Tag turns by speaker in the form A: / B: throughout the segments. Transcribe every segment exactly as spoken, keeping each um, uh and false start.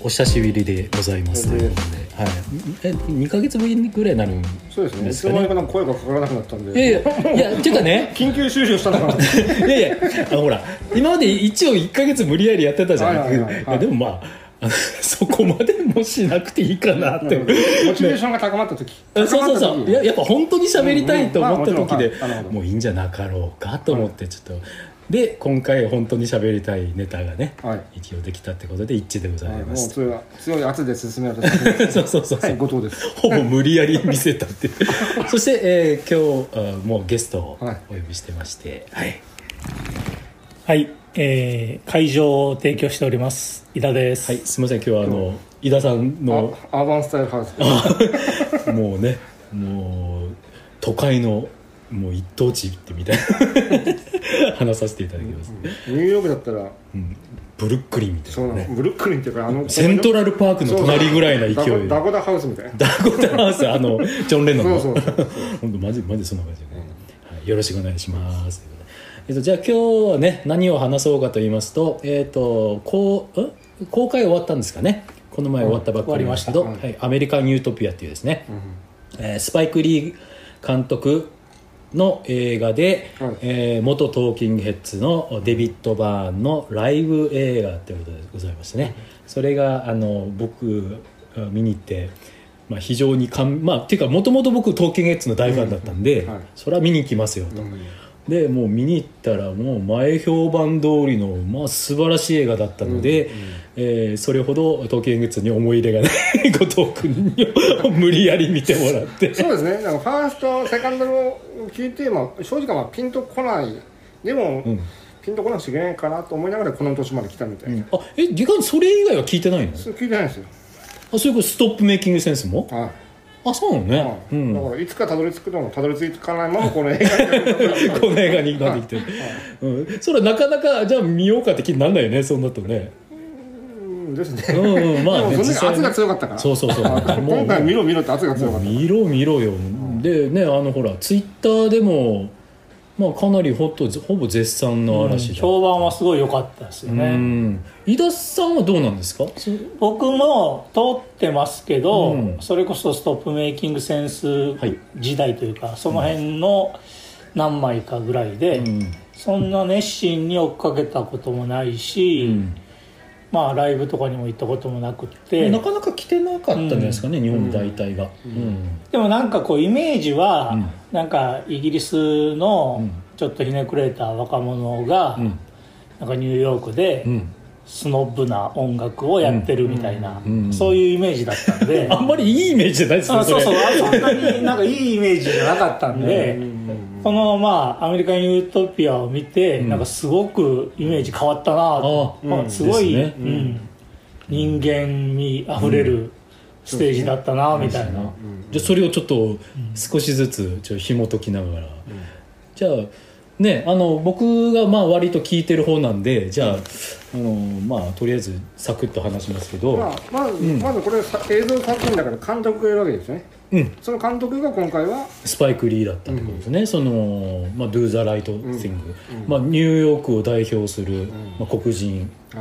A: お久しぶりでございますということで、はい、えにかげつぶりぐらいになるんですかね。
B: そうですね。いつの間にかなんか声がかからなくなったんで。
A: いやいやいやっていうかね
B: 緊急収集したのかな。
A: いやいやあのほら今まで一応いっかげつ無理やりやってたじゃないですか。
B: はいはいはいはい、
A: でもまああのそこまでもしなくていいかなって
B: モチベーションが高まった時、
A: そうそうそうや、やっぱ本当に喋りたいと思った時で、
B: うんうんまあ、も,
A: もういいんじゃなかろうかと思ってちょっと、で今回本当に喋りたいネタがね、はい、一応できたってことで一致でございます、
B: はい、もう強い圧で進めようとして
A: そうそうそうそう、はい、
B: 後藤です。
A: ほぼ無理やり見せたってそして、えー、今日もうゲストをお呼びしてましてはい、
C: はい、えー、会場を提供しております井田です。
A: はい、すみません今日はあの井田さんの
B: アーバンスタイルハウ
A: スもうねもう都会のもう一等地ってみたいな話させていただきます、
B: うん、ニューヨークだったら、
A: うん、ブルックリンみたいな、ね、
B: そうブルックリンっていうかあの
A: セントラルパークの隣ぐらいの勢いで、
B: そうそうダコダハウスみたいな
A: ダコダハウスあのジョン・レノンの
B: そうそうそう
A: 本当マジマジそんな感じで、ねうんはい、よろしくお願いします、えっと、じゃあ今日はね何を話そうかと言いますと、えっと、こう公開終わったんですかね。この前終わったばっかりですけど、うんはい、アメリカン・ユートピアっていうですね、うんえー、スパイク・リー監督の映画で、うんえー、元トーキングヘッズのデビッド・バーンのライブ映画ということでございましてね、うん、それがあの僕見に行って、まあ、非常にかん、まあ、っていうかもともと僕トーキングヘッズの大ファンだったんで、うんはい、それは見に行きますよと、うんでもう見に行ったらもう前評判通りの、まあ、素晴らしい映画だったので、うんうんえー、それほどトーキングヘッズに思い入れがない後藤君に無理やり見てもらって
B: そうですね。なんかファーストセカンドを聞いて、まあ、正直まあピンとこないでも、うん、ピンとこなくちゃいけないかなと思いながらこの年まで来たみたいな、うん、
A: あえ逆にそれ以外は聞いてないの？
B: そう聞いてないんですよ。
A: あそういうことストップメイキングセンスもはいあそうなのね、はいうん、
B: だからいつかたどり着くのもたどり着かないままこの映画に
A: この映画になってきてる、はいはいうん、それはなかなかじゃあ見ようかって気にならないよねそんなとね
B: うんですね、
A: うんうんまあ、
B: でもその圧が強かったから
A: そうそうそう
B: 今回見ろ見ろって圧が強かった
A: 見ろ見ろよ、うん、でねあのほらツイッターでもまあ、かなりほ, とほぼ絶賛の嵐だ、うん、
C: 評判はすごい良かったですよね。うん
A: 井田さんはどうなんですか？
C: 僕も通ってますけど、うん、それこそストップメイキングセンス時代というか、はい、その辺の何枚かぐらいで、うん、そんな熱心に追っかけたこともないし、うんまあ、ライブとかにも行ったこともなくって
A: なかなか来てなかったんじゃないですかね、うん、日本大体が、うんうん、
C: でもなんかこうイメージは、うん、なんかイギリスのちょっとひねくれた若者が、うん、なんかニューヨークでスノブな音楽をやってるみたいな、うんうん、そういうイメージだったんで
A: あんまりいいイメージじゃないですね。
C: そうそうそんなになんかいいイメージじゃなかったんでこのまあアメリカンユートピアを見て、うん、なんかすごくイメージ変わったなと、うん、すごい、ねうん、人間味あふれるステージだったなみたいな、うん、
A: じゃあそれをちょっと少しずつちょっと紐解きながら、うん、じゃあねあの僕がまあ割と聞いてる方なんでじゃあ、あのまあとりあえずサクッと話しますけど、
B: まあ、まず、うん、まずこれ映像作品だから監督がいるわけですね。うん、その監督が今回は
A: スパイク・リーだったってことですね、うん、その、まあ、Do the Right Thing、うんまあ、ニューヨークを代表する、うんまあ、黒人、はい、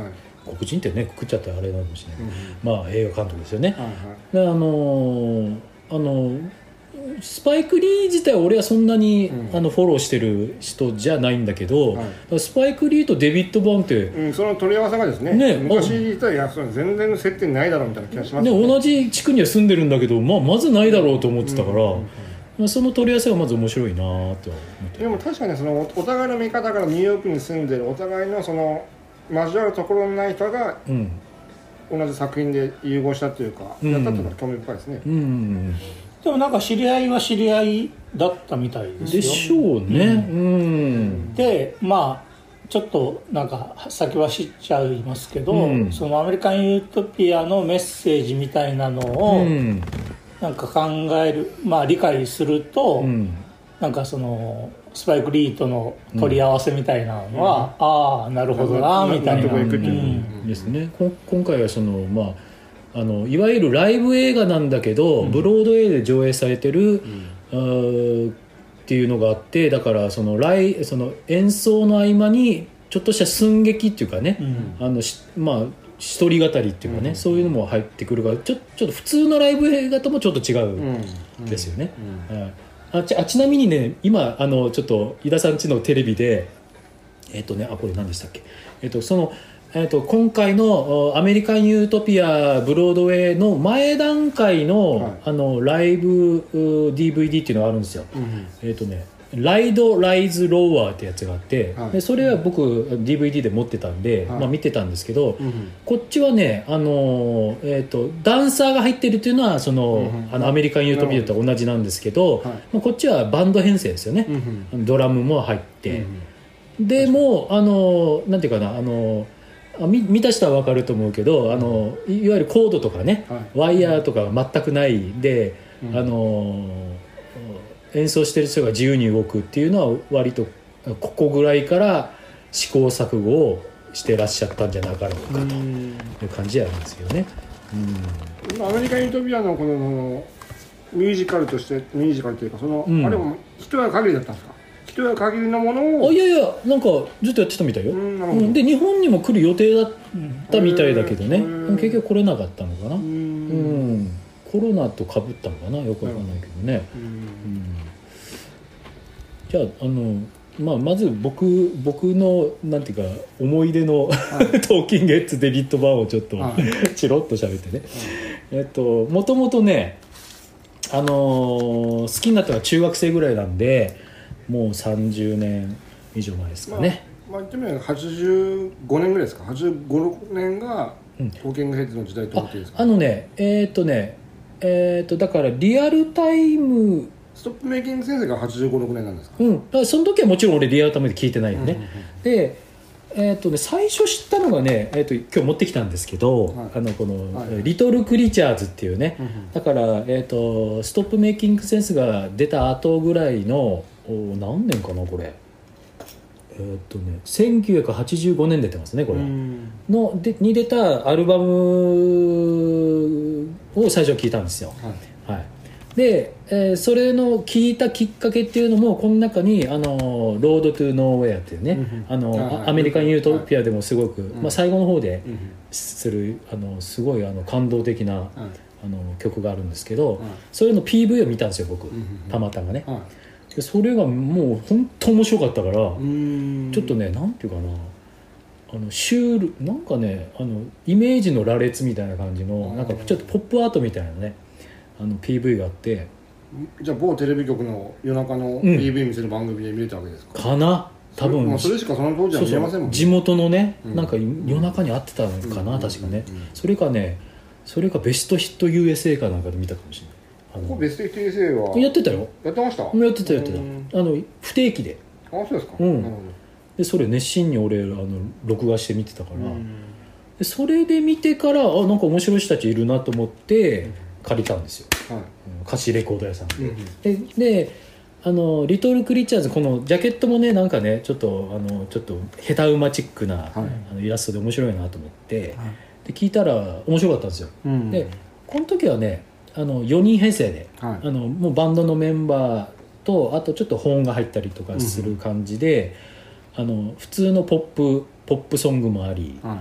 A: 黒人ってねくくっちゃったらあれなのかもしれない、うんまあ、映画監督ですよね、はいはい、であのあのスパイク・リー自体は俺はそんなに、うん、あのフォローしてる人じゃないんだけど、はい、スパイク・リーとデビッド・バーンって、うん、
B: その取り合わせがですね、ね昔言ったらいやそれ全然接点ないだろうみたいな気がしますね。
A: ね同じ地区には住んでるんだけど、まあ、まずないだろうと思ってたから、うんうんうんまあ、その取り合わせがまず面白いなと思って。
B: でも確かにそのお互いの見方からニューヨークに住んでるお互いのその交わるところのない人が、うん、同じ作品で融合したというか、うん、やったっていうのは興味深いですね、うんうん
C: でもなんか知り合いは知り合いだったみたいですよ。
A: でしょうね、うん
C: うん、でまあちょっとなんか先は知っちゃいますけど、うん、そのアメリカンユートピアのメッセージみたいなのを、うん、なんか考えるまあ理解すると、うん、なんかそのスパイク・リーとの取り合わせみたいなのは、うん、ああなるほどなみたいな、うん、
A: ですね。今回はそのまああのいわゆるライブ映画なんだけど、うん、ブロードウェイで上映されてる、うん、っていうのがあってだからそのライその演奏の合間にちょっとした寸劇っていうかね、うんあのまあ、 一人語りっていうかね、うん、そういうのも入ってくるからちょ、ちょっと普通のライブ映画ともちょっと違うんですよね、うんうんうん、あ, ちあちなみにね今あのちょっと井田さん家のテレビでえっ、ー、とねあこれ何でしたっけ、えー、とそのえー、と今回のアメリカンユートピアブロードウェイの前段階 の,、はい、あのライブ ディーブイディー っていうのがあるんですよ、うん、えっ、ー、とねライドライズローワーってやつがあって、はい、でそれは僕 ディーブイディー で持ってたんで、はいまあ、見てたんですけど、うん、こっちはね、あのーえー、とダンサーが入ってるっていうのはその、うん、あのアメリカンユートピアと同じなんですけど、はいまあ、こっちはバンド編成ですよね、うん、ドラムも入って、うん、でもあのーなんていうかなあのー見, 見た人は分かると思うけどあのいわゆるコードとかね、はい、ワイヤーとか全くないで、うん、あの演奏してる人が自由に動くっていうのは割とここぐらいから試行錯誤をしてらっしゃったんじゃなかろうかという感じなんですよね。
B: うんアメリカンユートピアのこのミュージカルとしてミュージカルというかその、うん、あれも一夜限りだったんですか？一夜限りのものを
A: あいやいやなんかずっとやってたみたいよ、うんうん、で日本にも来る予定だったみたいだけどね、うん、結局来れなかったのかな、うん、うん、コロナと被ったのかなよくわかんないけどね、うんうん、じゃああの、まあ、まず僕僕のなんていうか思い出の、はい、トーキングヘッズデビッド・バーンをちょっと、はい、チロッと喋ってね、はい、えっともともとねあのー、好きになったのは中学生ぐらいなんでもうさんじゅうねん以上前ですかね、
B: まあ、まあ言ってみればはちじゅうごねんぐらいですかはちじゅうご、ろくねんがトーキングヘッズの時代と思っていいですか、
A: あ, あのねえー、っとねえー、っとだからリアルタイム
B: ストップメイキング先生がはちじゅうご、ろくねんなんですか、
A: うん、だからその時はもちろん俺リアルタイムで聞いてないよね、うんうんうん、でえーとね、最初知ったのがね、えーと今日持ってきたんですけど、はい、あのこの、はい、リトルクリーチャーズっていうね、うんうん、だから、えーとストップメイキングセンスが出た後ぐらいの何年かなこれえーとねせんきゅうひゃくはちじゅうごねん出てますねこれのでに出たアルバムを最初聞いたんですよ、はいはい、で、えー、それの聞いたきっかけっていうのもこの中にあのロードトゥノーウェアっていうね、うん、あの、はい、アメリカンユートピアでもすごく、はいまあ、最後の方でするあのすごいあの感動的な、はい、あの曲があるんですけど、はい、それの ピーブイ を見たんですよ僕、うん、たまたまね、はいでそれがもう本当面白かったからちょっとねなんていうかなあのシュールなんかねあのイメージの羅列みたいな感じのなんかちょっとポップアートみたいなねあの ピーブイ があって
B: じゃあ某テレビ局の夜中の ピーブイ 見せる番組で見れたわけですか、
A: うん、かな多分
B: そ, れ,、まあ、それしかその当時は見れませんもんね
A: 地元のね、うん、なんか夜中に会ってたのかな、うん、確かね、うんうんうん、それかねそれかベストヒット ユーエスエー かなんかで見たかもしれない
B: ここベストヒット ユーエスエー は
A: やってたよ
B: やってましたや
A: ってたやってたあの不定期で
B: あそうですか、
A: うん、なるほどでそれ熱心に俺あの録画して見てたからでそれで見てからあなんか面白い人たちいるなと思って借りたんですよ、はい、貸しレコード屋さんで、うん、で, であのリトルクリーチャーズこのジャケットもねなんかねちょっとあのちょっとヘタウマチックな、はい、あのイラストで面白いなと思って、はい、で聞いたら面白かったんですよ、うん、でこの時はねあのよにん編成で、はい、あのもうバンドのメンバーとあとちょっとホーンが入ったりとかする感じで、うん、あの普通のポップポップソングもあり、はい、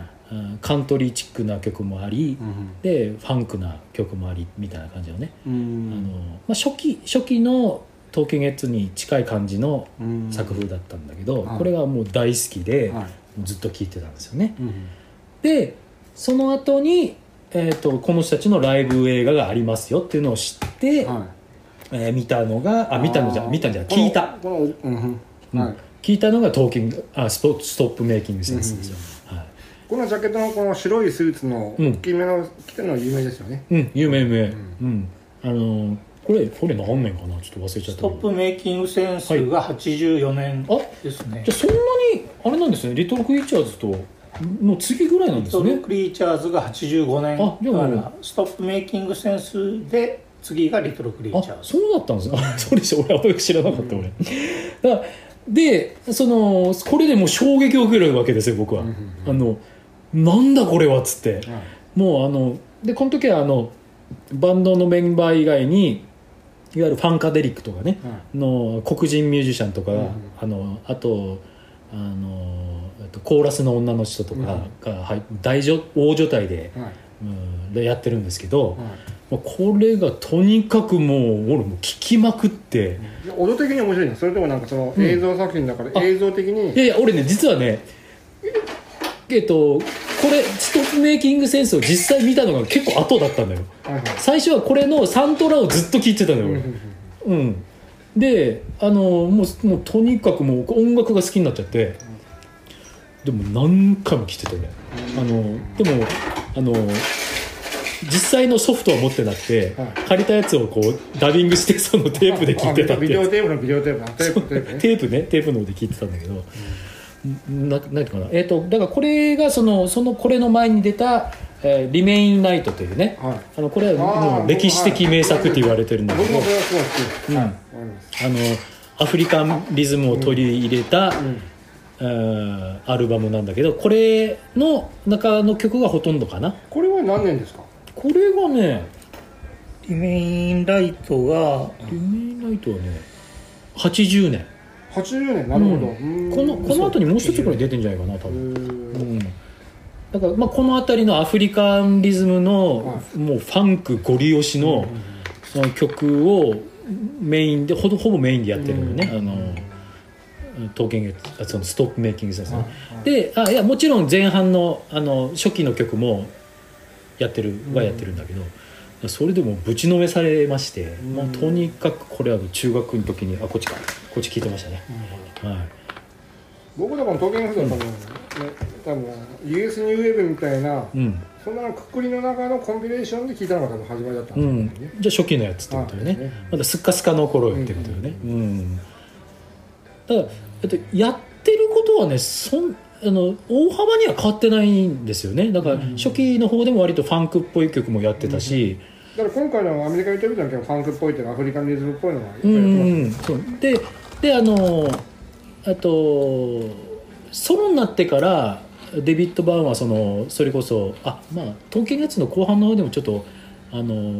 A: カントリーチックな曲もあり、うん、でファンクな曲もありみたいな感じのね、うん、あのまあ、初期初期のトーキングヘッズに近い感じの作風だったんだけど、うん、これがもう大好きで、はい、ずっと聴いてたんですよね、うん、でその後にえー、とこの人たちのライブ映画がありますよっていうのを知って、はいえー、見たのがあ見たのじゃ見たんじゃ聞いた、うんうんはい、聞いたのがトーキングあスト、ストップメイキングセンスですよ、うんうんはい、
B: このジャケットのこの白いスーツの大きめの着てるのは有名ですよね
A: うん有名有名、うんうん、あのー、これこれ何年かなちょっと忘れちゃった
C: ストップメイキングセンスがはちじゅうよねんですね、
A: はい、じゃあそんなにあれなんですねリトルクリーチャーズとの次ぐらいなんですね。
C: リトルクリーチャーズがはちじゅうごねんだからストップメイキングセンスで次がリトルクリーチャーズ。
A: あそうだったんですね。あそうでした俺は知らなかった、うん、俺だでそのこれでもう衝撃を受けるわけですよ僕は、うんうんうん、あのなんだこれはっつって、うん、もうあのでこの時はあのバンドのメンバー以外にいわゆるファンカデリックとかね、うん、の黒人ミュージシャンとか、うんうん、あのあとあのとコーラスの女の人とかが入っ大所大所帯で、はいうん、でやってるんですけど、はい、これがとにかくもう俺も聞きまくって、
B: うん、音的に面白いね。それともなんかその映像作品だから映像的に、うん、
A: いやいや俺ね実はねえっとこれストップメイキングセンスを実際見たのが結構後だったんだよ、はいはい、最初はこれのサントラをずっと聴いてたのよ、うん、であのもう、もうとにかくもう音楽が好きになっちゃって、でも何回も聴いてたね。あのでもあの実際のソフトは持ってなくて、はい、借りたやつをこうダビングしてそのテープで聴いてたって
B: ビデオテープのビデオテープテープテープね
A: テープねテープの方で聴いてたんだけど、うん、ななんていうかな、えーと、だからこれがそのそのこれの前に出たえー、リメインナイトというね、はい、あのこれはもう歴史的名作って言われてるんだけど、僕もそれはすごい好き、うんはい、あのアフリカンリズムを取り入れた、うんうん、アルバムなんだけど、これの中の曲がほとんどかな。
B: これは何年ですか？
A: これがね
C: リメインライトが
A: リメインライトはねはちじゅうねん
B: はちじゅうねんなるほど、うん、
A: このこの後にもう一つくらい出てんじゃないかな多分、うんだからまあこの辺りのアフリカンリズムのもうファンクゴリ押しのその曲をメインでほぼほぼメインでやってるのね、あの刀剣そのストップメイキングですね。で、あいやもちろん前半のあの初期の曲もやってるはやってるんだけど、それでもぶちのめされまして、まあとにかくこれは中学の時にあこっちかこっち聞いてましたね。はい。
B: 僕だから刀剣フードは多分、ね、多分 ユーエス ニューウェーブみたいな、うん、そんなくくりの中のコンビネーションで聞いたのが多分始まりだったんですよね、
A: うん、じゃあ初期のやつってことよね、ねまだスッカスカの頃ってことよね、うんうん、だからやってることはねそんあの大幅には変わってないんですよね。だから初期の方でも割とファンクっぽい曲もやってたし、
B: うんうん、だから今回のアメリカに行ってみたのはファンクっぽいっていうのはアフリカンリズムっぽいのがいっぱいやってます、うんうん、そうでであのあとソロになってからデビッド・バーンはそのそれこそあまあ刀剣のやつの後半の方でもちょっとあの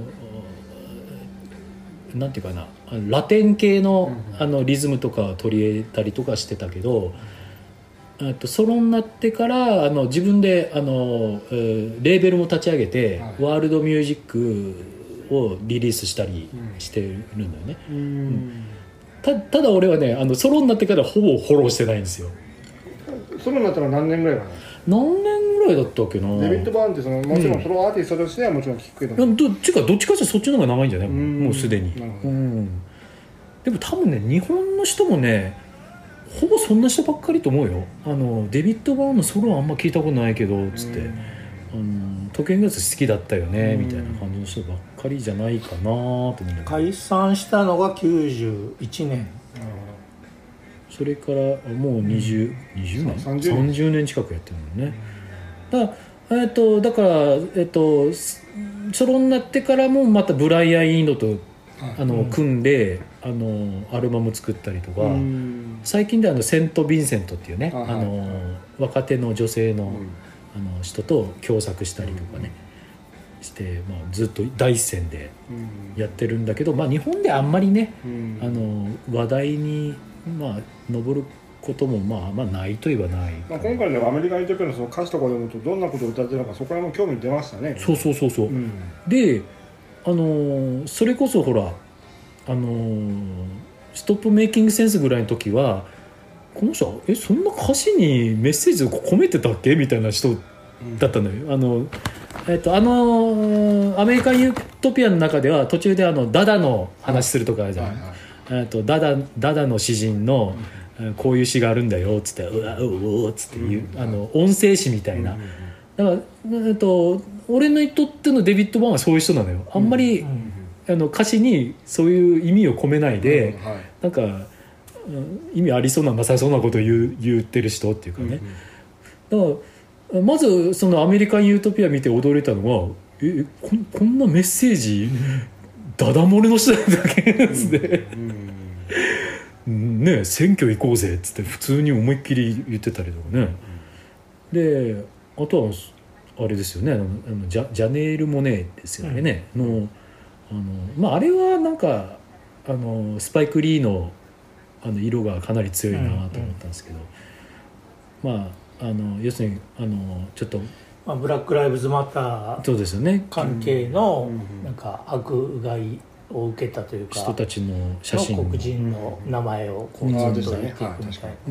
B: なんていうかなラテン系 の, あのリズムとかを取り入れたりとかしてたけど、あとソロになってからあの自分であのレーベルも立ち上げて、はい、ワールドミュージックをリリースしたりしてるんだよね、うんうんた, ただ俺はねあのソロになってからほぼフォローしてないんですよ。ソロになったら何年ぐらいかな。
A: 何年ぐらいだったっけな。
B: デビッド・バーンってそのもちろんソロアーティストとしてはもちろん聞くけど、
A: うん、どっちかどっちかってそっちの方が長いんじゃない？もうすでに、うん、でも多分ね日本の人もねほぼそんな人ばっかりと思うよ。あのデビッド・バーンのソロはあんま聞いたことないけどつって、うん、刀剣のやつ好きだったよねみたいな感じの人ばっかりじゃないかなと思うんだけど。
C: 解散したのがきゅうじゅういちねん、
A: それからもうにじゅう、にじゅうねんさんじゅうねん近くやってるもんね。だから、えっと、だから、えっと、ソロになってからもまたブライアン・イーノとあの、うん、組んであのアルバム作ったりとか、最近であのセント・ヴィンセントっていうね、あの若手の女性の、うん、あの人と共作したりとかね、うん、して、まあ、ずっと第一線でやってるんだけど、まあ、日本であんまりね、うん、あの話題に、まあ、上ることもまあまあないといえばない、
B: まあ、今回ではアメリカに行ってくるその歌詞とか読むとどんなことを歌ってるのかそこからも興味出ましたね。
A: そうそうそうそう、うん、であのそれこそほらあのストップメイキングセンスぐらいの時はこの人えそんな歌詞にメッセージを込めてたっけみたいな人だったのよ、うん、あのえっとあのアメリカンユートピアの中では途中であのダダの話するとかあるじゃん、はいはいはい、えっとダダダダの詩人の、うん、こういう詩があるんだよっつってうわうおっつっていう、うん、あの音声詩みたいな、だから、えっと、俺にとってのデビッド・バーンはそういう人なのよ。あんまり、うん、あの歌詞にそういう意味を込めないで、うんはい、なんか意味ありそうななさそうなことを言う、言ってる人っていうかね、うんうん、だからまずそのアメリカンユートピア見て驚いたのはえ こ, こんなメッセージダダ漏れの人だけですね、うんうん、ね選挙行こうぜっつって普通に思いっきり言ってたりとかね、うん、であとはあれですよね、あのジ ャ, ジャネール・モネーですよね、うん、のあの、まあ、あれはなんかあのスパイク・リー の, あの色がかなり強いなと思ったんですけど、うんうん、まあ
B: あの要するにあのちょっと、
C: まあ、ブラック・ライブズ・マタ
B: そうですよね、
C: ー関係のなんか迫害を受けたというか
B: 人たちの写真
C: の黒人の名前をこうずっと言っていくみたいな、
B: うん、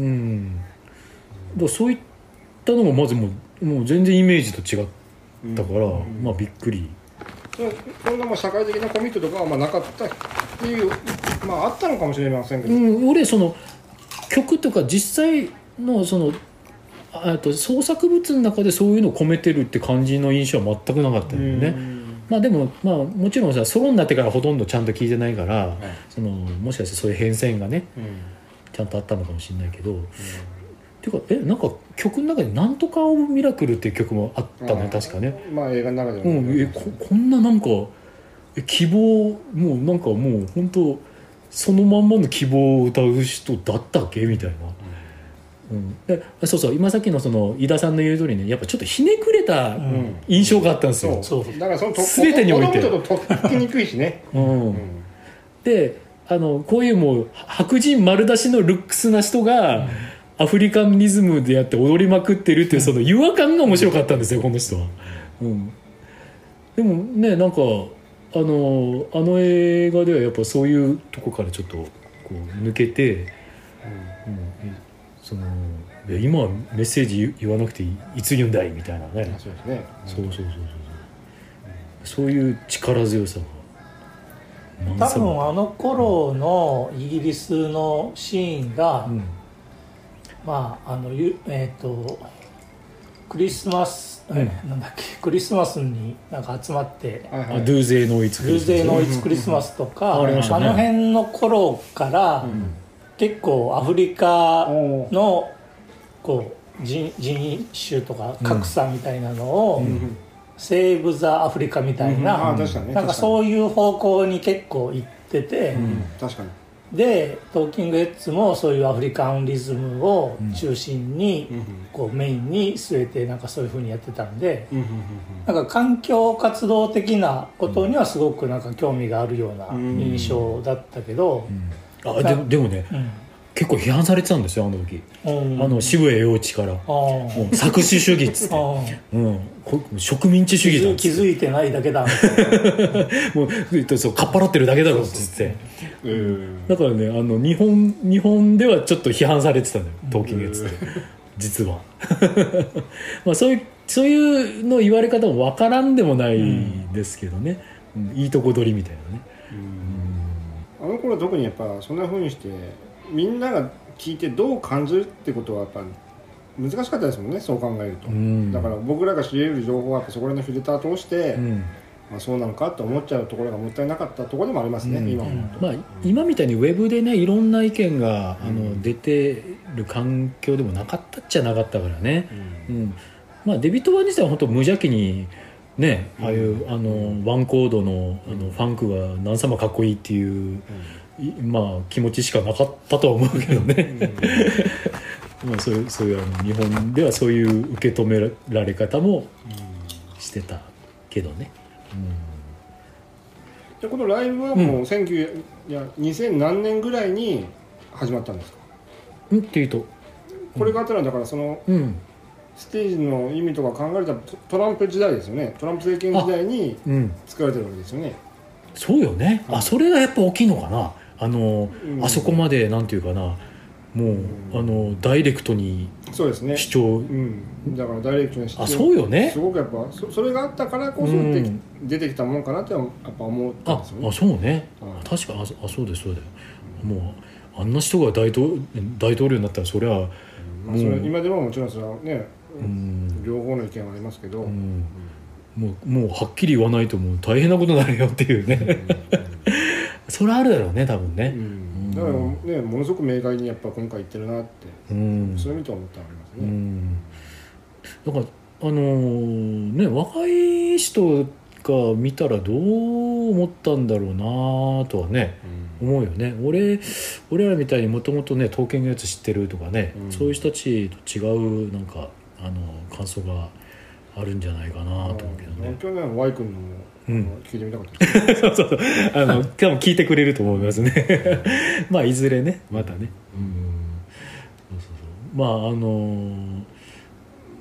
B: だからそういったのがまずもう、もう全然イメージと違ったから、うん、まあびっくり。
D: そんなまあ社会的なコミットとかはまあなかったっていう、まああったのかもしれませんけど、
B: うん、俺その曲とか実際のそのあと創作物の中でそういうのを込めてるって感じの印象は全くなかったよね。まあでも、まあ、もちろんさソロになってからほとんどちゃんと聴いてないから、はい、そのもしかしてそういう変遷がね、うん、ちゃんとあったのかもしれないけど、うん、っていうかえなんか曲の中で「なんとかオブミラクル」っていう曲もあったね、確かね。
D: まあ映画の中で
B: も、うん、え こ, こんななんかえ希望もうなんかもう本当そのまんまの希望を歌う人だったっけみたいな。うん、でそうそう今さっきのその井田さんの言う通りねやっぱちょっとひねくれた印象があったんですよ、うん、
D: そうだからその
B: 全てにおいて
D: 子供ととっつきにくいしね、
B: うんうん、であのこういうもう白人丸出しのルックスな人が、うん、アフリカンリズムでやって踊りまくってるっていうその違和感が面白かったんですよこの人は、うん、でもねなんかあのあの映画ではやっぱそういうとこからちょっとこう抜けて、うんうんそのいや今はメッセージ言わなくていつ言うんだいみたいなね。
D: そうですね、うん、
B: そうそうそうそうそういう力強さ
C: が多分あの頃のイギリスのシーンが、うん、まああのえっ、ー、とクリスマス、うん、なんだっけクリスマスになんか集まって
B: あドゥーゼイノイツクリスマス、
C: ドゥーゼイノイツクリスマスとか、うん、あ, ね、あの辺の頃から、うん結構アフリカのこう 人, 人種とか格差みたいなのを、うん、セーブ・ザ・アフリカみたいな、うん、なんかそういう方向に結構行ってて、うん、
D: 確かに
C: でトーキングヘッズもそういうアフリカンリズムを中心に、うん、こうメインに据えてなんかそういう風にやってたんで、うん、なんか環境活動的なことにはすごくなんか興味があるような印象だったけど、うん
B: あ で, でもね、うん、結構批判されてたんですよあの時、うん、あの渋谷陽一からもう搾取主義っつって、うん、植民地主義だっつって
C: 気づいてないだけだ
B: もうそうかっぱらってるだけだろっつって、うん、だからねあの日本日本ではちょっと批判されてたのよトーキングヘッズって実はまあそういうそういうの言われ方もわからんでもないですけどね、うんうん、いいとこ取りみたいなね、
D: あの頃特にやっぱそんな風にしてみんなが聞いてどう感じるってことはやっぱ難しかったですもんねそう考えると、うん、だから僕らが知れる情報はやっぱそこらのフィルターを通して、うんまあ、そうなのかと思っちゃうところがもったいなかったところでもありますね、うん、今思うと、
B: まあ、今みたいにウェブでねいろんな意見があの、うん、出てる環境でもなかったっちゃなかったからね、うんうんまあ、デビッド・バーン自体は本当無邪気にね、ああいう、うん、あのワンコード の, あのファンクが何様かっこいいっていう、うん、まあ気持ちしかなかったとは思うけどね、うんまあ、そういう、そういうあの日本ではそういう受け止められ方もしてたけどね、
D: うん、でこのライブはもうせんきゅうひゃく、いやにせん何年ぐらいに始まったんですか？
B: うんっていうと
D: これがあったのはだからその、うんステージの意味とか考えたらトランプ時代ですよね。トランプ政権時代に作られてるわけですよね、うん、
B: そうよね、はい、あそれがやっぱ大きいのかなあの、うん、あそこまでなんていうかなもう、うん、あのダイレクトに
D: そうですね
B: 主張、
D: うん、だからダイレクトに主張
B: あそうよね
D: すごくやっぱ そ, それがあったからこそ、うん、出てきたもんかなってやっぱ思ったんですよね。
B: ああそうね、はい、確か あ, あそうですそうだよ、うん、もうあんな人が大統、大統領になったらそれは、うん
D: まあ、それ今でももちろんそれはねうん、両方の意見はありますけど、うん
B: うん、もう、もうはっきり言わないともう大変なことになるよっていうね、うんうん、それあるだろうね多分ね、うん、
D: だからねものすごく明快にやっぱ今回言ってるなって、うん、そういう意味と思ったらありますね、うん、
B: だからあのー、ね若い人が見たらどう思ったんだろうなとはね、うん、思うよね。俺俺らみたいにもともとね刀剣のやつ知ってるとかね、うん、そういう人たちと違うなんかあの感想があるんじゃないかなと思うけどね。
D: 去年 Y 君のも、うん、聞いてみたかった
B: ですそうそうそうあの多分聞いてくれると思いますねまあいずれねまたね、うん、そうそうそうまああの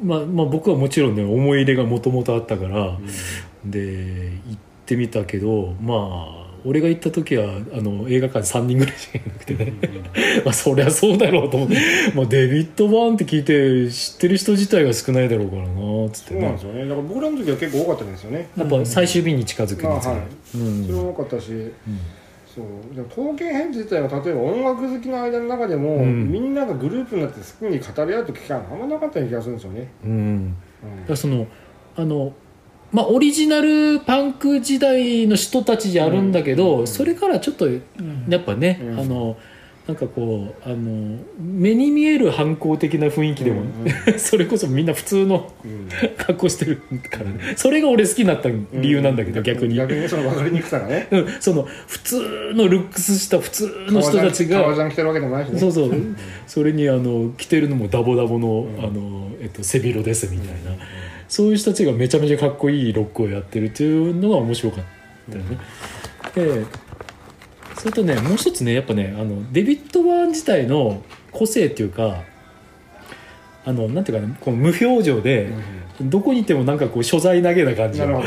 B: まあまあ、僕はもちろんね思い入れがもともとあったから、うん、で行ってみたけど、まあ俺が行った時はあの映画館さんにんぐらいしかいなくてね、うん、まあそりゃそうだろうと思ってまあデビッド・バーンって聞いて知ってる人自体が少ないだろうからなっつってね。
D: そうなんですよね。だから僕らの時は結構多かったんですよね。
B: やっぱ最終日に近づくんですよ、
D: はい、うん、それも多かったし、うん、そうでも刀剣編自体は例えば音楽好きの間の中でも、うん、みんながグループになって好きに語り合う機会があんまなかったような気がするんですよね。
B: うんうん、だからそのあのまあ、オリジナルパンク時代の人たちじゃあるんだけど、うん、それからちょっとやっぱね、うん、あのなんかこうあの目に見える反抗的な雰囲気でも、うんうん、それこそみんな普通の、うん、格好してるからね、それが俺好きになった理由なんだけど、うん、逆に
D: 逆にその分かりにくさがね、
B: うん、その普通のルックスした普通の人たちが
D: 革ジャン着てるわけでもないしね、
B: そうそう、うん、それにあの着てるのもダボダボの、うん、あのえっと、背広ですみたいな、うん、そういう人たちがめちゃめちゃかっこいいロックをやってるっていうのが面白かったよね、うん、でそれとねもう一つねやっぱねあのデビッド・バーン自体の個性っていうかあのなんていうかねこの無表情で、うん、どこにいてもなんかこう所在投げな感じの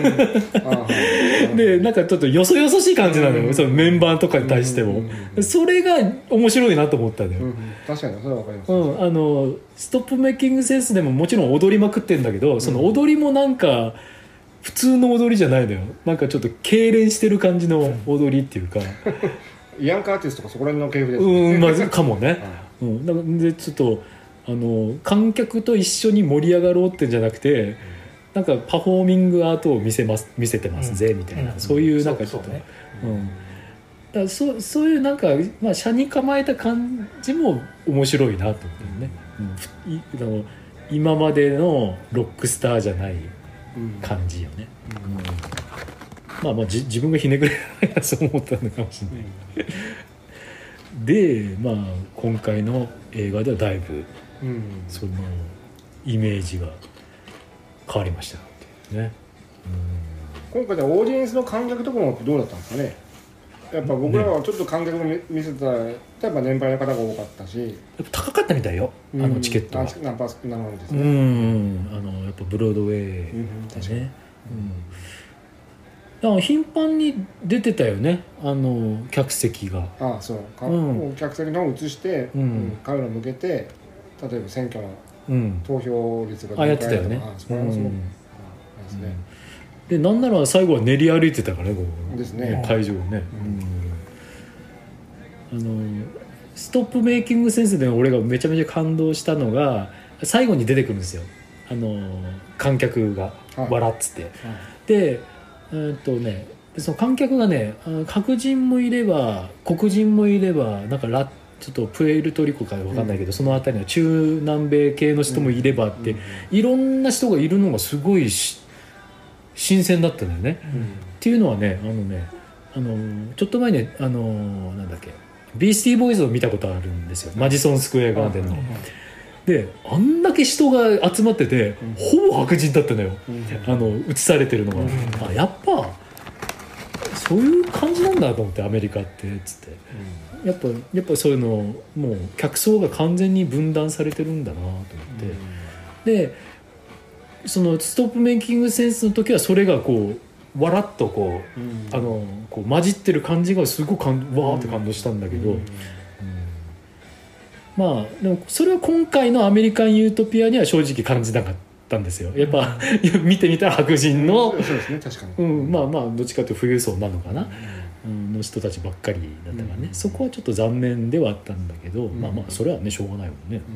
B: でなんかちょっとよそよそしい感じなのよ、うん、そのメンバーとかに対しても、うんうん、それが面白いなと思ったんだよ、うん、
D: 確かにそれは分かります、
B: うん、あのストップメイキングセンスでももちろん踊りまくってるんだけど、その踊りもなんか普通の踊りじゃないのよ、なんかちょっと痙攣してる感じの踊りっていうか
D: イアンカーティスとかそこら辺の系譜です
B: ね、うん、まずかもね、うん、だからでちょっとあの観客と一緒に盛り上がろうってんじゃなくて、うん、なんかパフォーミングアートを見せます見せてますぜ、うん、みたいな、うん、そういうなんかちょっと、そうそうね、うん、だからそそういうなんか、まあ、車に構えた感じも面白いなと思ってね、うん、いあの今までのロックスターじゃない感じよね、うんうん、まあまあじ自分がひねくれないなそう思ったのかもしれない、うん、でまあ今回の映画ではだいぶ、うん、そのイメージが変わりましたっていうね、
D: うん、今回でオーディエンスの観客とかもどうだったんですかね。やっぱ僕らはちょっと観客を見せたらやっぱ年配の方が多かったし、や
B: っぱ高かったみたいよ、うん、あのチケットは
D: ナンパなのですね、
B: うん、あのやっぱブロードウェイでね、うんうん、だから頻繁に出てたよね、あの客席が。
D: ああそうか、うん、客席の方を移して、うん、カメラを向けて例えば選挙の投票率が
B: どのくらいとか、うん、あやってたよね、
D: あそこら辺もすごく、うんですね、
B: でなんなら最後は練り歩いてたからね、ここ
D: ですね、
B: 会場をね、うん、あのストップメイキングセンスで俺がめちゃめちゃ感動したのが最後に出てくるんですよ、あの観客が笑っつって、はいはい、でうんとねその観客がね白人もいれば黒人もいればなんかラちょっとプエルトリコか分かんないけど、うん、その辺りの中南米系の人もいればって、うん、いろんな人がいるのがすごいし新鮮だったんだよね、うん、っていうのはねあのねあのちょっと前にあのなんだっけビースティーボーイズを見たことあるんですよ、マジソンスクエアガーデンの、であんだけ人が集まってて、うん、ほぼ白人だったのよ、うん、あの映されてるのが、うん、あやっぱそういう感じなんだと思ってアメリカってつって、うん、やっぱやっぱそういうのもう客層が完全に分断されてるんだなと思って、うん、でそのストップメイキングセンスの時はそれがこうわらっとこう、うん、あのこう混じってる感じがすごくわーって感動したんだけど、うんうん、まあでもそれは今回のアメリカンユートピアには正直感じなかったんですよ。やっぱ、うん、見てみたら白人の、
D: そうですね確かに、
B: うん、まあまあどっちかというと富裕層なのかな、うん、の人たちばっかりだったからね、うん、そこはちょっと残念ではあったんだけど、うん、まあまあそれはねしょうがないもんね、うん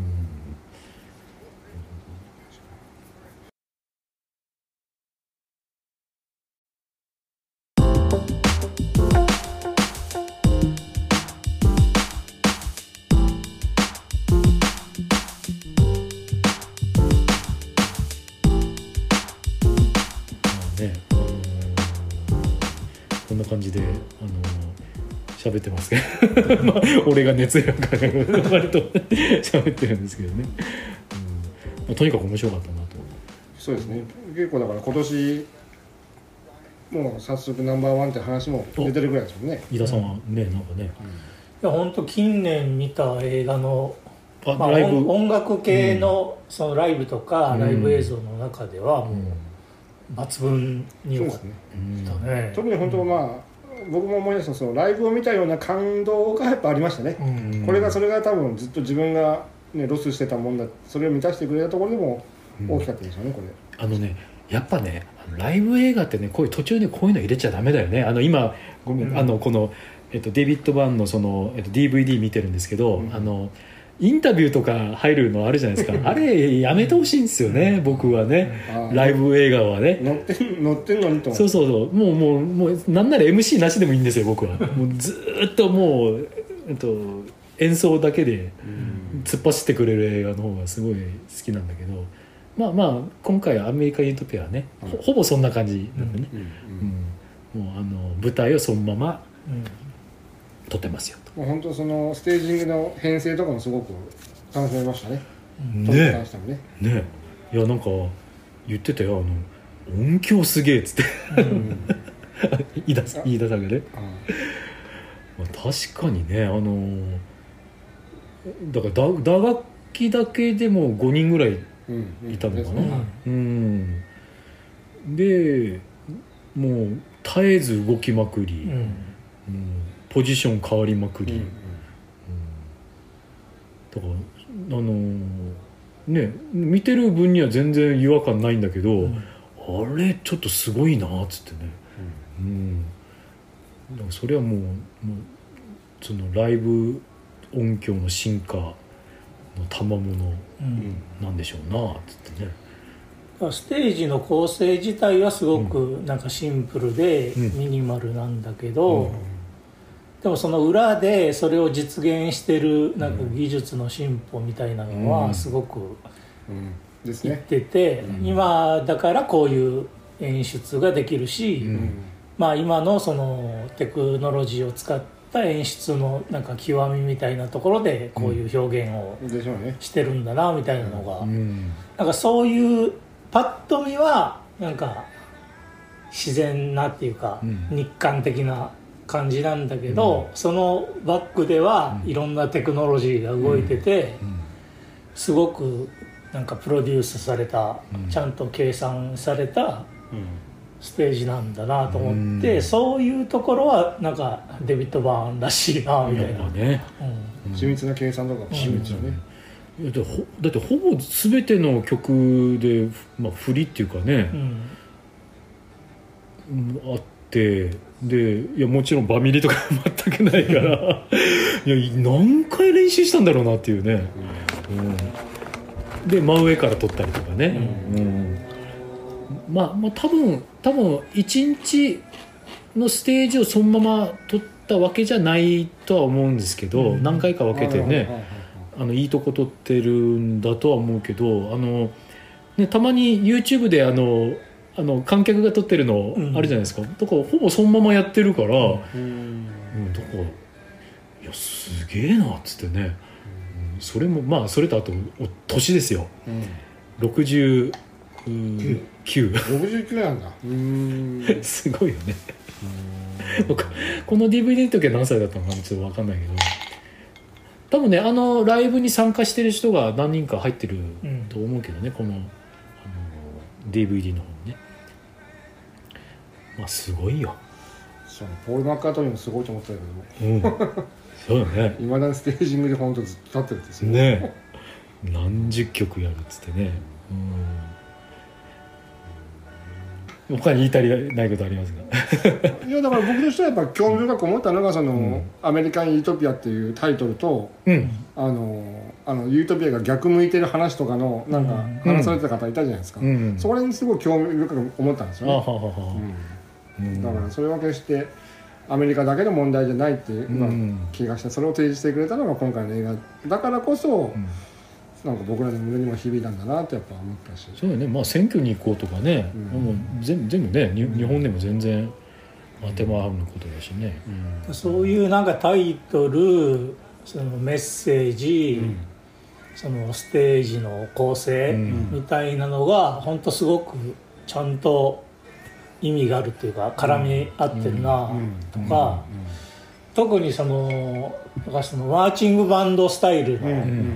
B: 感じであの喋ってますけどまあ俺が熱量が割と喋ってるんですけどね、うんまあ、とにかく面白かったなと。
D: そうですね、結構だから今年もう早速ナンバーワンって話も出てるぐらいですもんね。
B: 飯田さんはね、うん、なんかね、
C: いや本当近年見た映画のまあ、ライブ音楽系のそのライブとかライブ映像の中ではもう抜群に良かったね、
D: うん、特に本当まあ僕も思い出したそのライブを見たような感動がやっぱありましたね、うん、これがそれが多分ずっと自分が、ね、ロスしてたもんだそれを満たしてくれたところでも大きかったですよね、これ
B: あのねやっぱねライブ映画ってねこういう途中でこういうの入れちゃダメだよね。あの今ごめん、うん、あのこの、えっと、デビッド・バーンのその、えっと、ディーブイディー 見てるんですけど、うん、あのインタビューとか入るのあるじゃないですかあれやめてほしいんですよね僕はねライブ映画はね
D: 乗って乗ってんのにと
B: そうそうそうもうもうもうなんなら エムシー なしでもいいんですよ僕はもうずっともう、えっと、演奏だけで突っ走ってくれる映画の方がすごい好きなんだけどまあまあ今回アメリカン・ユートピアはね、うん、ほ, ほぼそんな感じなんでね、うんうんうん、もうあの舞台をそのまま撮ってますよと、
D: もう本当そのステージングの編成とかもすごく楽しめましたね。
B: ねねねいやなんか言ってたよあの音響すげえっつって飯田さん飯田さんがね、まあ、確かにねあのだから打打楽器だけでもごにんぐらいいたのかな、うん、うん、でもう絶えず動きまくり、うんうん、ポジション変わりまくり、うんうん、だからあのー、ね見てる分には全然違和感ないんだけど、うん、あれちょっとすごいなっつってね、うんうん、だからそれはもう、もうそのライブ音響の進化の賜物なんでしょうなっつってね、
C: ステージの構成自体はすごくなんかシンプルでミニマルなんだけど、うんうん、でもその裏でそれを実現してるなんか技術の進歩みたいなのはすごくいってて、今だからこういう演出ができるし、うん、まあ今のそのテクノロジーを使った演出のなんか極みみたいなところでこういう表現をしてるんだなみたいなのが、なんかそういうパッと見はなんか自然なっていうか日韓的な感じなんだけど、うん、そのバックではいろんなテクノロジーが動いてて、うんうん、すごくなんかプロデュースされた、うん、ちゃんと計算されたステージなんだなと思って、うん、そういうところはなんかデビッド・バーンらしいなみたいな、ね、
D: うん、緻密な計算とかも緻密よね、
B: うん、だってほ、だってほぼ全ての曲で、まあ、振りっていうかね、うん、あってでいやもちろんバミリとか全くないからいや何回練習したんだろうなっていうね、うん、で真上から撮ったりとかね、うんうん、まあ、まあ多分多分いちにちのステージをそのまま撮ったわけじゃないとは思うんですけど、うん、何回か分けてね、あのいいとこ撮ってるんだとは思うけど、あの、ね、たまに YouTube であのあの観客が撮ってるのあるじゃないですか、うん、だからほぼそのままやってるから、うんうん、だからいやすげえなっつってね、うん、それもまあそれとあと年ですよ、うん、ろくじゅうきゅう
D: ろくじゅうきゅうなんだう
B: ーんすごいよねこの ディーブイディー の時は何歳だったのかちょっと分かんないけど、多分ねあのライブに参加してる人が何人か入ってると思うけどね、うん、この、あの ディーブイディー の方にね、まあすごいよ。
D: そうポール・マッカートニーもすごいと思ったけど、
B: うん、そうだね。
D: いまだにステージングで本当ずっと立ってるんですよ
B: ね。何十曲やるっつってね。うん、他に言い足りないことあります
D: か。いやだから僕としてはやっぱ興味深く思ったのがその、うん、アメリカン・ユートピアっていうタイトルと、うん、あのあのユートピアが逆向いてる話とかのなんか話されてた方いたじゃないですか、うん、それにすごい興味深く思ったんですよね、ははは、うん、だからそれは決してアメリカだけの問題じゃないっていう気がして、それを提示してくれたのが今回の映画だからこそ、うん、なんか僕らの胸にも響いたんだなってやっぱ思ったし、
B: そうよね、まあ選挙に行こうとかね、うん、もう全, 全部ね、うん、日本でも全然当てはまることだしね、
C: うん、そういうなんかタイトル、そのメッセージ、うん、そのステージの構成みたいなのが本当すごくちゃんと意味があるっていうか絡み合ってるなとか、 特にそのだからそのマーチングバンドスタイルの、うん、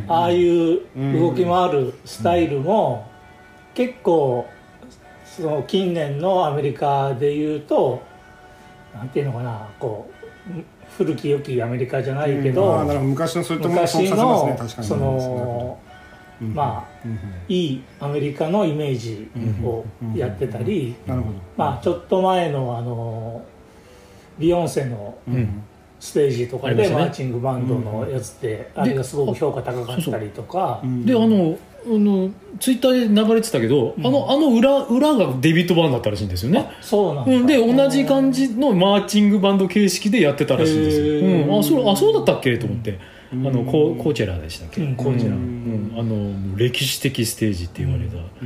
C: ああいう動き回るスタイルも、うん、結構その近年のアメリカでいうとなんていうのかなこう古き良きアメリカじゃないけど、うん、あ
D: 昔のそういったものを想起させますね。確かに
C: その、うん、まあ、うん、いいアメリカのイメージをやってたり、
D: なるほど。
C: まあちょっと前のあのビヨンセのステージとかでマーチングバンドのやつってあれがすごく評価高かったりとか、
B: であのあのツイッターで流れてたけど、うん、あのあの 裏, 裏がデビッド・バーンだったらしいんですよね。
C: そうなんだ、
B: うん、で同じ感じのマーチングバンド形式でやってたらしいんですよ、うん、あ, そあそうだったっけと思って、うん、あの コ, コーチェラでしたっけ、
C: うん、コーチェラ、
B: うんうん、あの歴史的ステージって言われた、うん
C: うん、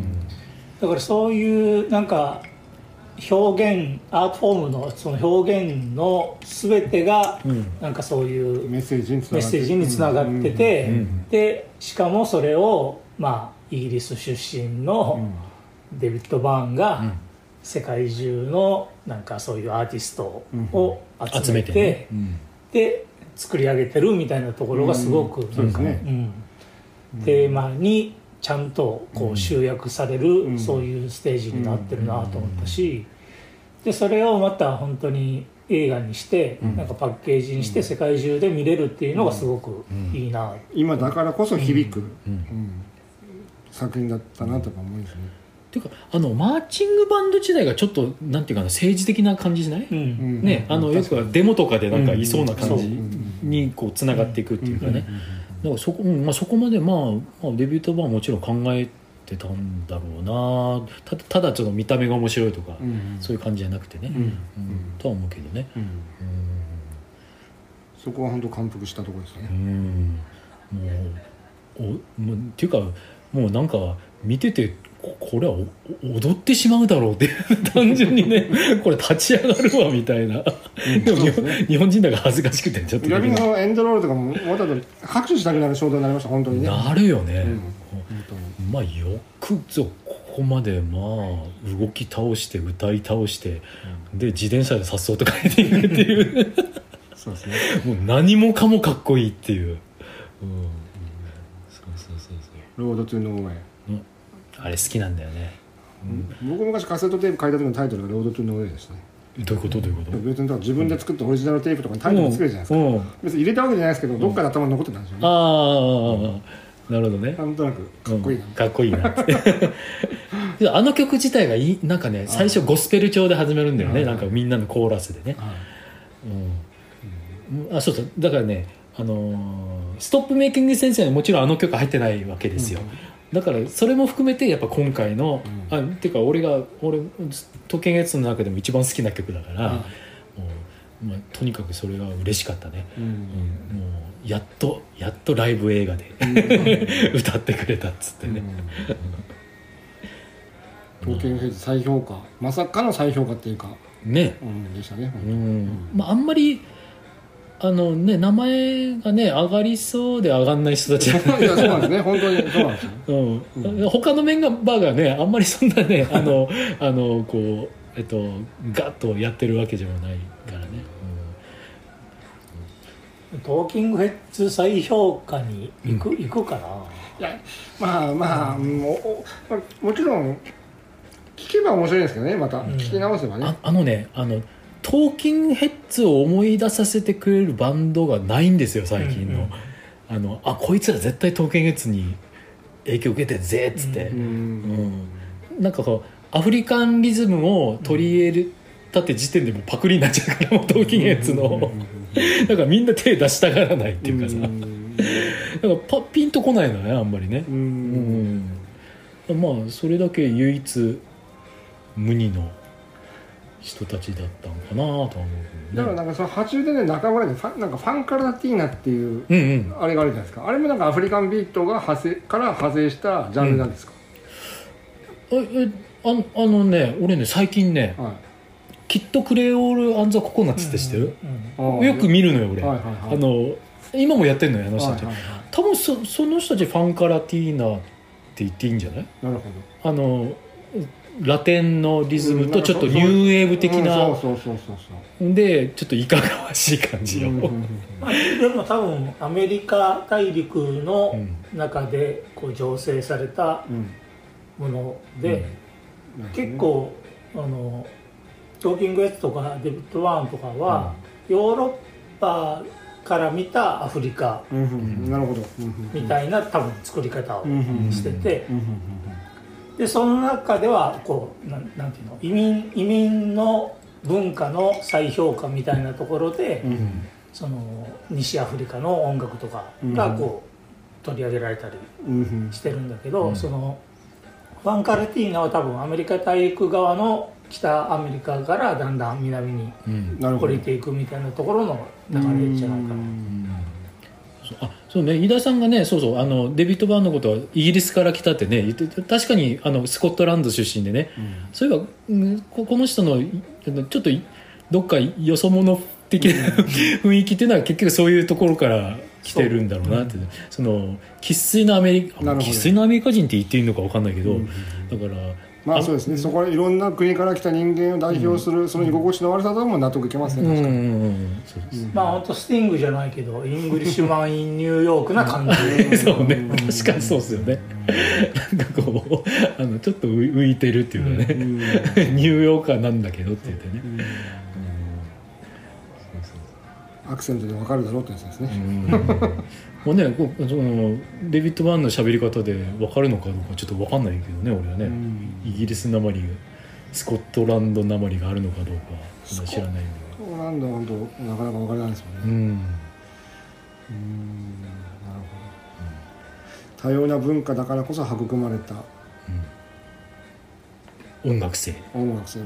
C: だからそういうなんか表現アートフォームのその表現の全てがなんかそういう
D: メッセージ
C: につながってて、でしかもそれをまあイギリス出身のデビッド・バーンが世界中のなんかそういうアーティストを集めてで作り上げてるみたいなところがすごくなんかテーマにちゃんとこう集約されるそういうステージになってるなと思ったし、でそれをまた本当に映画にしてなんかパッケージにして世界中で見れるっていうのがすごくいいな、
D: 今だからこそ響く作品だったなとか思うんですね。
B: っていうかあのマーチングバンド時代がちょっとなんていうかな政治的な感じしない、うんね、あのよくデモとかでなんかいそうな感じにこうつながっていくっていうかね、だからそこ、うんまあ、そこまで、まあ、まあデビュートバーンはもちろん考えてたんだろうな。 た, ただちょっと見た目が面白いとか、うん、そういう感じじゃなくてね、うんうん、とは思うけどね、うんうん、
D: そこは本当感服したところですね。
B: うんもうおもうっていうかもうなんか見ててこれは踊ってしまうだろうって単純にねこれ立ち上がるわみたいな、うん、でも日 本, ね、日本人だから恥ずかしくてちょっと
D: 逆にそのエンドロールとかもまた拍手したくなる衝動になりました本当にね。
B: なるよね、うん、まあよくぞここまでまあ動き倒して歌い倒して、うん、で自転車で颯爽と帰っていくっていうそうですね、もう何もかもかっこいいっていう、うんうん、そうそうそうそう
D: ロードトゥノーウェイ、
B: うんあれ好きなんだよね、
D: うん、僕昔カセットテープ書いた時のタイトルがロードトゥノーウェイですね。
B: どういうことどういうこと
D: 別に自分で作ったオリジナルテープとかにタイトル作るじゃないですか、うん、別に入れたわけじゃないですけど、うん、どっかで頭に残ってたんですよね、
B: ああ、うん、なるほどね、
D: なんとなくかっこいいな、
B: うん、かっこいいなあの曲自体がいいなんかね最初ゴスペル調で始めるんだよね、なんかみんなのコーラスでね、うん、あそうそうだからねあのー、ストップメイキング先生はもちろんあの曲入ってないわけですよ、うん、だからそれも含めてやっぱ今回の、うん、あっていうか俺が俺トケンエツの中でも一番好きな曲だから、うんもうまあ、とにかくそれが嬉しかったね、うんうん、もうやっとやっとライブ映画で、うん、歌ってくれたっつってね、
D: うん、トケンヘッズ再評価まさかの再評価っていうか
B: ね、
D: うん、でしたね、
B: うんうんまあ、あんまりあのね、名前がね上がりそうで上がんない人たちいや
D: そうなんですね本当にそうなんですよ、
B: うんうん、他のメンバーがねあんまりそんなねあのあのこうえっとガッとやってるわけでもないからね、
C: うん、トーキングヘッズ再評価に行く、うん、行くかな。
D: いやまあまあ、うん、も, もちろん聞けば面白いんですけどねまた、うん、聞き直せばね
B: あ, あのねあのトーキングヘッズを思い出させてくれるバンドがないんですよ最近の、うんうん、あのあこいつら絶対トーキングヘッズに影響を受けてるぜっつって、うんうん、なんかこうアフリカンリズムを取り入れたって時点でもうパクリになっちゃうからもうトーキングヘッズのだからみんな手出したがらないっていうかさ、うん、だからパピンとこないのねあんまりね、うんうん、まあそれだけ唯一無二の人たちだったのかなとは思うけどね。
D: だからなんかそのはちじゅうねんだい中ぐらいでファなんかファンカラティーナっていうあれがあるじゃないですか、うんうん、あれもなんかアフリカンビートが派生から派生したジャンルなんですか、
B: うん、えああのね俺ね最近ね、はい、きっとクレオール・アン・ザ・ココナッツって知ってる、うんうん、よく見るのよ俺、はいはいはい、あの今もやってんのよあの人たち、はいはいはい、多分 そ, その人たちファンカラティーナって言っていいんじゃない。
D: なるほど。
B: あのラテンのリズムとちょっとニューウェーブ的な、
D: うん、そうそうそうそうそう
B: でちょっといかがわしい感じの、うんうんうん、
C: まあ、でも多分アメリカ大陸の中でこう醸成されたもので、うんうん、結構あのトーキングヘッズとかデビッド・ワーンとかは、うん、ヨーロッパから見たアフリカみたいな多分作り方をしてて、でその中ではこう な, なんていうの移民移民の文化の再評価みたいなところで、うん、その西アフリカの音楽とかがこう取り上げられたりしてるんだけど、うん、そのファンカレティーナは多分アメリカ大陸側の北アメリカからだんだん南に降りていくみたいなところの流れじゃないかな。
B: あ、そうね、飯田さんがね、そうそう、あのデビッド・バーンのことはイギリスから来たってね言って、確かにあのスコットランド出身でね、うん、そういえば、うん、こ, この人のちょっとどっかよそ者的な雰囲気っていうのは結局そういうところから来てるんだろうなって、うん、その生粋のアメリカ生粋のアメリカ人って言っていいのか分かんないけど、うん、だから
D: まあそうですね、そこはいろんな国から来た人間を代表する、うん、その居心地の悪さとも納得いけますね、確かに、うん、
C: そうです、まあ本当スティングじゃないけどイングリッシュマン・イン・ニューヨークな感じ
B: そうね、確かにそうですよね、なんかこうあのちょっと浮いてるっていうかね、うん、ニューヨーカーなんだけどって言ってね、うんうん、そう
D: そうアクセントで分かるだろうってやつですね、
B: うんもうね、こうそのデビッド・バーンの喋り方で分かるのかどうかちょっと分かんないけどね、俺はね、うん、イギリスなまりスコットランドなまりがあるのかどうか知らないんで、
D: スコットランドは本当なかなか分からないですよね、うん、うん、なるほど、うん、多様な文化だからこそ育まれた、
B: うん、音楽性
D: 音楽性、うん、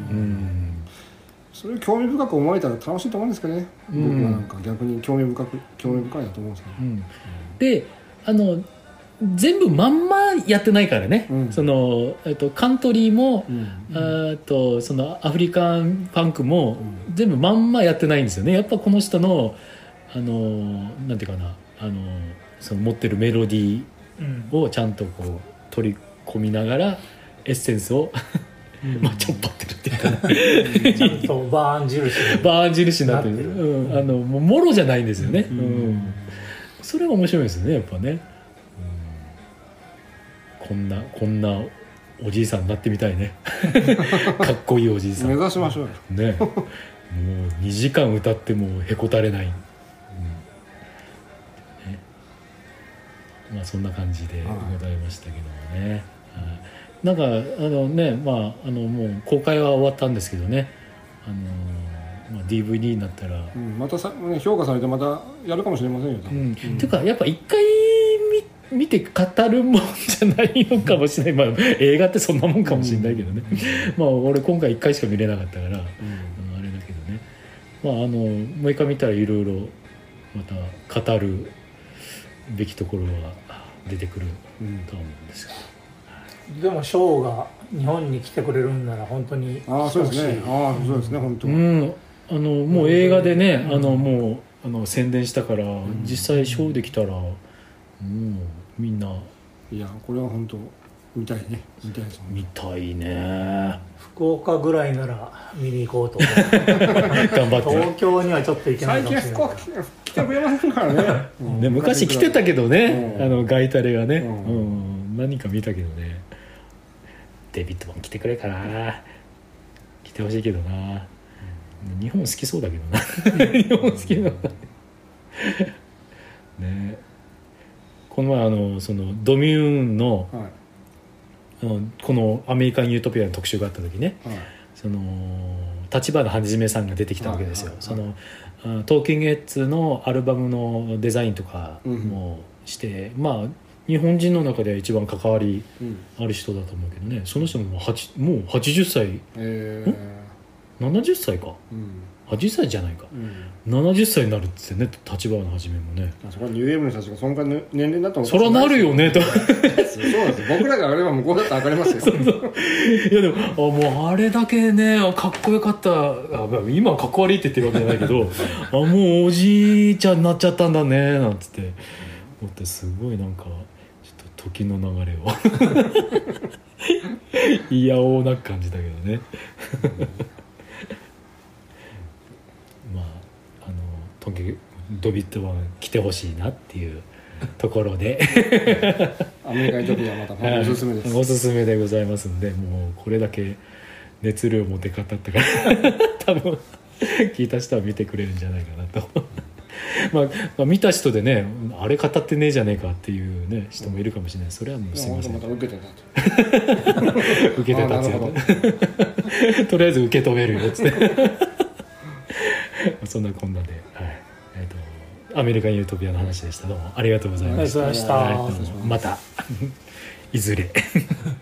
D: それを興味深く思えたら楽しいと思うんですけどね、うん、僕はなんか逆に興味深く興味深いなと思うんですけど、うんうん、
B: であの全部まんまやってないからね、うん、そのえっとカントリーも、うん、あとそのアフリカンファンクも、うん、全部まんまやってないんですよね。やっぱこの人のあのなんていうかな、あのその持ってるメロディーをちゃんとこう取り込みながらエッセンスをまあちょっぱってるっていうか、ね、
C: ちゃんとバーン印
B: バーン印になってる、うん、あのもうもろじゃないんですよね、うんうん、それが面白いですよね、やっぱね、うん、こんなこんなおじいさんになってみたいねかっこいいおじいさん
D: 目指しましょうよ
B: ね、もうにじかん歌ってもへこたれない、うんね、まあそんな感じでございましたけどもね、はい、なんかあのね、まああのもう公開は終わったんですけどね、あの、まあ、ディーブイディー になったら、
D: うん、またさ、ね、評価されてまたやるかもしれませんよ、うん
B: うん、っていうかやっぱ一回 見, 見て語るもんじゃないのかもしれない、まあ、映画ってそんなもんかもしれないけどね、うん、まあ俺今回いっかいしか見れなかったから、うん、あのあれだけどね、まああのもう一回見たらいろいろまた語るべきところは出てくるとは思うんですけど、
C: でもショーが日本に来てくれるんなら本当に
D: ああそうですね、ああそうですね、本当、
B: うん、あのもう映画でね、うん、あのもうあの宣伝したから、うん、実際ショーできたらもうみんな、
D: いやこれは本当見たいね、見たいですね、
B: 見たいね、
C: 福岡ぐらいなら見に行こうと思う頑張って東京にはちょっと行けないかもしれない、
D: 最近福岡来てくれませんからね、
B: うん、ね、昔来てたけどね、うん、あのガイタレがね、うんうん、何か見たけどね、デビッドマン来てくれかな、来てほしいけどな、うん、日本好きそうだけどな日本好きだなね、この前あのそのドミューンの、はい、あのこのアメリカンユートピアの特集があった時ね、はい、その立花はじめさんが出てきたわけですよ、はいはいはい、そのトーキングヘッズのアルバムのデザインとかもして、うん、まあ日本人の中では一番関わりある人だと思うけどね、その人ももうはち、もうはちじゅっさい、えー、ななじゅっさいか、うん、はちじゅっさいじゃないか、うん、ななじゅっさいになるってね、立花はじめもね、
D: そこはニューウェーブの人たちがそのくらいの年齢になったら
B: そりゃなるよねと
D: そうなんです僕らが上がれば向こうだって上がれますよそうそう
B: いやでもあもうあれだけねかっこよかった、あ今はかっこ悪いって言ってるわけじゃないけどあもうおじいちゃんになっちゃったんだねなんつって思って、すごいなんかちょっと時の流れをいやおうな感じだけどねまああのトンケドビットは来てほしいなっていうところで
D: アメリカントピアまたおすすめです、
B: おすすめでございますんで、もうこれだけ熱量を持って語ったから多分聞いた人は見てくれるんじゃないかなとまあ、まあ見た人でねあれ語ってねえじゃねえかっていう、ね、人もいるかもしれない。それはもうすいません、
D: また受けてたと
B: 受けてたつやとりあえず受け止めるよっつってそんなこんなで、はいえー、とアメリカンユートピアの話でした。どうもありがとうございました。
C: ありがとうございました。
B: はい、またいずれ